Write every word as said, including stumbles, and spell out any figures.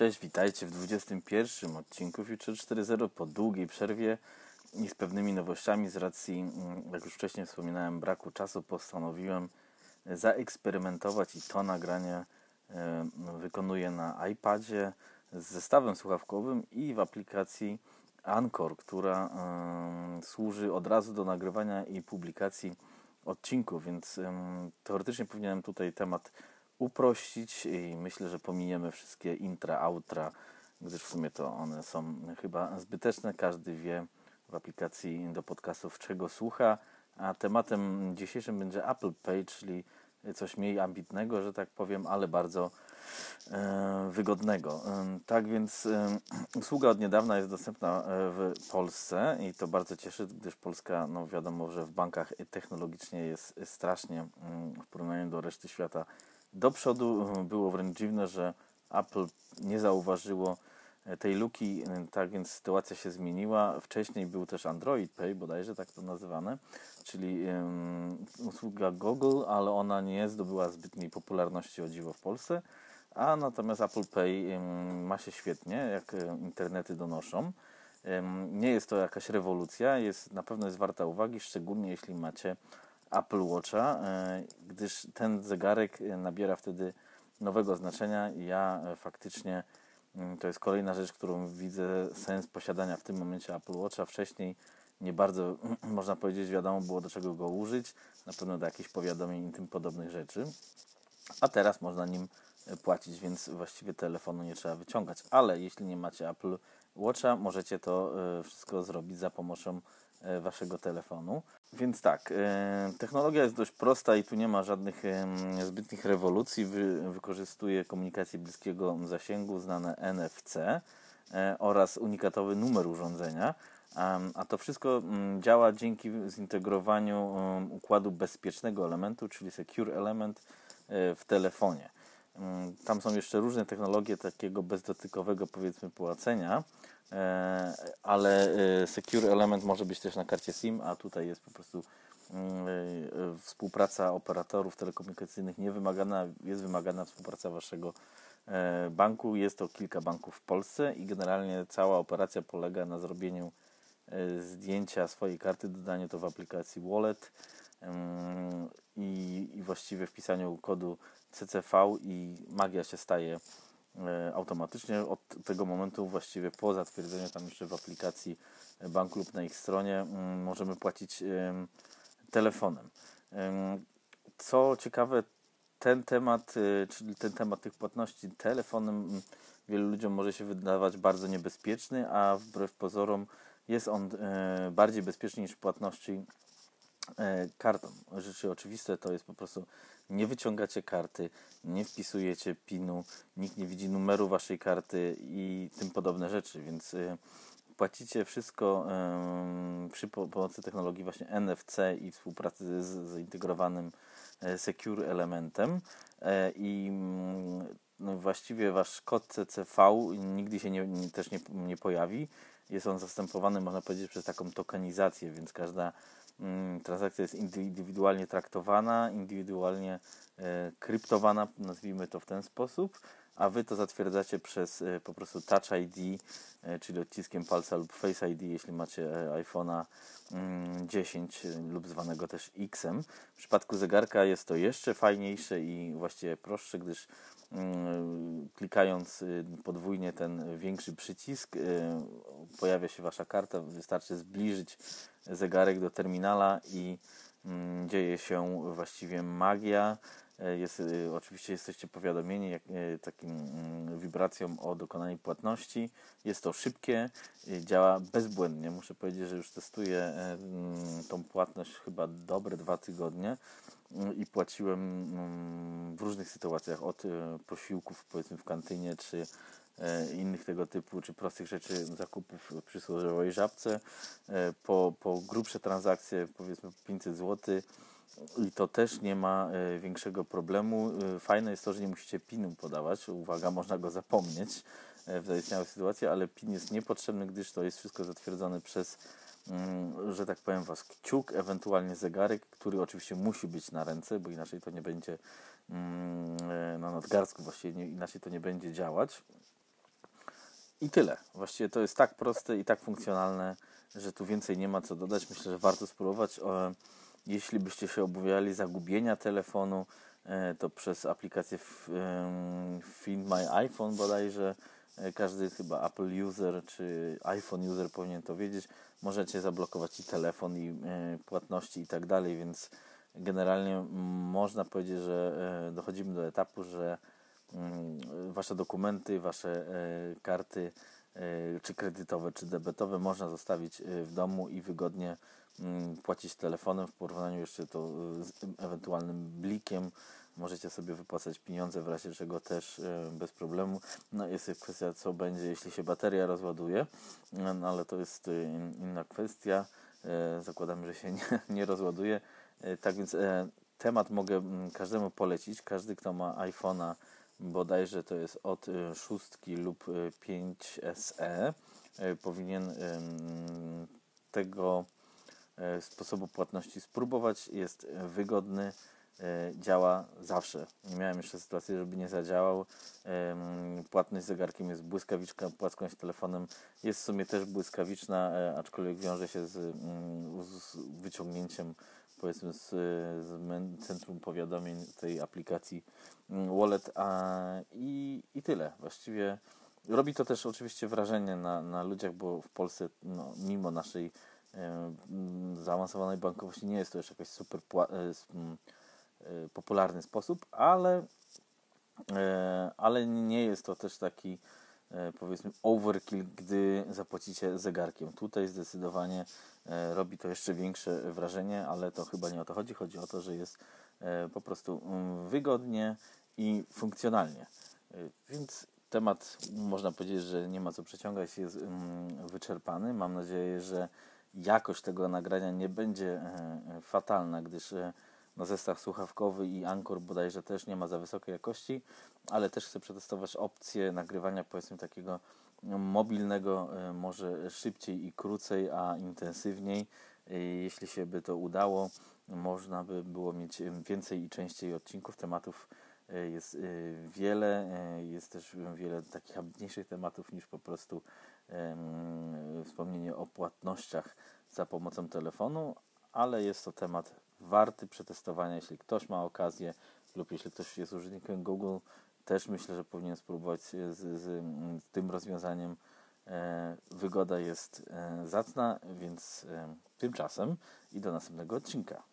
Cześć, witajcie w dwudziestym pierwszym odcinku Future cztery zero po długiej przerwie i z pewnymi nowościami z racji, jak już wcześniej wspominałem, braku czasu postanowiłem zaeksperymentować i to nagranie wykonuję na iPadzie z zestawem słuchawkowym i w aplikacji Anchor, która służy od razu do nagrywania i publikacji odcinków, więc teoretycznie powinienem tutaj temat uprościć i myślę, że pominiemy wszystkie intra, outra, gdyż w sumie to one są chyba zbyteczne. Każdy wie w aplikacji do podcastów, czego słucha, a tematem dzisiejszym będzie Apple Pay, czyli coś mniej ambitnego, że tak powiem, ale bardzo e, wygodnego. E, tak więc e, usługa od niedawna jest dostępna w Polsce i to bardzo cieszy, gdyż Polska, no wiadomo, że w bankach technologicznie jest strasznie w porównaniu do reszty świata do przodu. Było wręcz dziwne, że Apple nie zauważyło tej luki, tak więc sytuacja się zmieniła. Wcześniej był też Android Pay, bodajże tak to nazywane, czyli um, usługa Google, ale ona nie zdobyła zbytniej popularności, o dziwo, w Polsce, a natomiast Apple Pay um, ma się świetnie, jak internety donoszą. Um, nie jest to jakaś rewolucja, jest, na pewno jest warta uwagi, szczególnie jeśli macie Apple Watcha, gdyż ten zegarek nabiera wtedy nowego znaczenia i ja faktycznie, to jest kolejna rzecz, którą widzę sens posiadania w tym momencie Apple Watcha. Wcześniej nie bardzo, można powiedzieć, wiadomo było, do czego go użyć, na pewno do jakichś powiadomień i tym podobnych rzeczy, a teraz można nim płacić, więc właściwie telefonu nie trzeba wyciągać, ale jeśli nie macie Apple Watcha, możecie to wszystko zrobić za pomocą waszego telefonu. Więc tak, technologia jest dość prosta i tu nie ma żadnych zbytnich rewolucji. Wy, wykorzystuje komunikację bliskiego zasięgu, znane N F C oraz unikatowy numer urządzenia, a to wszystko działa dzięki zintegrowaniu układu bezpiecznego elementu, czyli Secure Element w telefonie. Tam są jeszcze różne technologie takiego bezdotykowego, powiedzmy, płacenia, ale Secure Element może być też na karcie SIM, a tutaj jest po prostu współpraca operatorów telekomunikacyjnych niewymagana, jest wymagana współpraca waszego banku. Jest to kilka banków w Polsce i generalnie cała operacja polega na zrobieniu zdjęcia swojej karty, dodaniu to w aplikacji Wallet i, i właściwie wpisaniu kodu C C V i magia się staje automatycznie. Od tego momentu właściwie po zatwierdzeniu tam jeszcze w aplikacji banku lub na ich stronie możemy płacić telefonem. Co ciekawe, ten temat, czyli ten temat tych płatności telefonem wielu ludziom może się wydawać bardzo niebezpieczny, a wbrew pozorom jest on bardziej bezpieczny niż płatności kartą. Rzeczy oczywiste to jest po prostu nie wyciągacie karty, nie wpisujecie pinu, nikt nie widzi numeru waszej karty i tym podobne rzeczy, więc płacicie wszystko przy pomocy technologii właśnie N F C i współpracy z zintegrowanym Secure Elementem i no właściwie wasz kod C C V nigdy się nie, nie, też nie, nie pojawi. Jest on zastępowany, można powiedzieć, przez taką tokenizację, więc każda transakcja jest indywidualnie traktowana, indywidualnie e, kryptowana, nazwijmy to w ten sposób, a wy to zatwierdzacie przez e, po prostu Touch I D, e, czyli odciskiem palca lub Face I D, jeśli macie e, iPhone'a mm, dziesięć lub zwanego też X-em. W przypadku zegarka jest to jeszcze fajniejsze i właściwie prostsze, gdyż mm, klikając y, podwójnie ten większy przycisk y, pojawia się wasza karta, wystarczy zbliżyć zegarek do terminala i mm, dzieje się właściwie magia. Jest, y, oczywiście jesteście powiadomieni jak, y, takim y, wibracją o dokonaniu płatności. Jest to szybkie, y, działa bezbłędnie. Muszę powiedzieć, że już testuję y, tą płatność chyba dobre dwa tygodnie y, i płaciłem y, w różnych sytuacjach, od y, posiłków powiedzmy w kantynie, czy innych tego typu, czy prostych rzeczy, zakupów w przysłowiowej Żabce, po, po grubsze transakcje, powiedzmy pięćset złotych, i to też nie ma większego problemu. Fajne jest to, że nie musicie pinu podawać. Uwaga, można go zapomnieć w zaistniałej sytuacji, ale pin jest niepotrzebny, gdyż to jest wszystko zatwierdzone przez, że tak powiem, was kciuk, ewentualnie zegarek, który oczywiście musi być na ręce, bo inaczej to nie będzie na nadgarstku, właściwie nie, inaczej to nie będzie działać. I tyle. Właściwie to jest tak proste i tak funkcjonalne, że tu więcej nie ma co dodać. Myślę, że warto spróbować. Jeśli byście się obawiali zagubienia telefonu, to przez aplikację Find My iPhone bodajże, każdy chyba Apple user czy iPhone user powinien to wiedzieć, możecie zablokować i telefon, i płatności i tak dalej, więc generalnie można powiedzieć, że dochodzimy do etapu, że wasze dokumenty, wasze karty czy kredytowe, czy debetowe można zostawić w domu i wygodnie płacić telefonem, w porównaniu jeszcze to z ewentualnym blikiem. Możecie sobie wypłacać pieniądze w razie czego też bez problemu. No jest kwestia, co będzie, jeśli się bateria rozładuje, no ale to jest inna kwestia. Zakładamy, że się nie, nie rozładuje. Tak więc temat mogę każdemu polecić. Każdy, kto ma iPhone'a, bodajże to jest od szóstki lub pięć S E, powinien tego sposobu płatności spróbować. Jest wygodny, działa zawsze. Nie miałem jeszcze sytuacji, żeby nie zadziałał. Płatność zegarkiem jest błyskawiczna, płatność telefonem jest w sumie też błyskawiczna, aczkolwiek wiąże się z, z wyciągnięciem, powiedzmy, z, z centrum powiadomień tej aplikacji Wallet, a, i, i tyle. Właściwie robi to też oczywiście wrażenie na, na ludziach, bo w Polsce, no, mimo naszej e, zaawansowanej bankowości, nie jest to jeszcze jakiś super pła- e, e, popularny sposób, ale, e, ale nie jest to też taki, e, powiedzmy, overkill, gdy zapłacicie zegarkiem. Tutaj zdecydowanie e, robi to jeszcze większe wrażenie, ale to chyba nie o to chodzi. Chodzi o to, że jest e, po prostu mm, wygodnie i funkcjonalnie. E, więc temat, można powiedzieć, że nie ma co przeciągać, jest mm, wyczerpany. Mam nadzieję, że jakość tego nagrania nie będzie e, fatalna, gdyż e, no, zestaw słuchawkowy i Anchor bodajże też nie ma za wysokiej jakości, ale też chcę przetestować opcję nagrywania, powiedzmy, takiego mobilnego, może szybciej i krócej, a intensywniej. Jeśli się by to udało, można by było mieć więcej i częściej odcinków. Tematów jest wiele, jest też wiele takich ambitniejszych tematów niż po prostu wspomnienie o płatnościach za pomocą telefonu, ale jest to temat warty przetestowania, jeśli ktoś ma okazję lub jeśli ktoś jest użytkownikiem Google, też myślę, że powinien spróbować z, z, z tym rozwiązaniem. E, wygoda jest e, zacna, więc e, tymczasem i do następnego odcinka.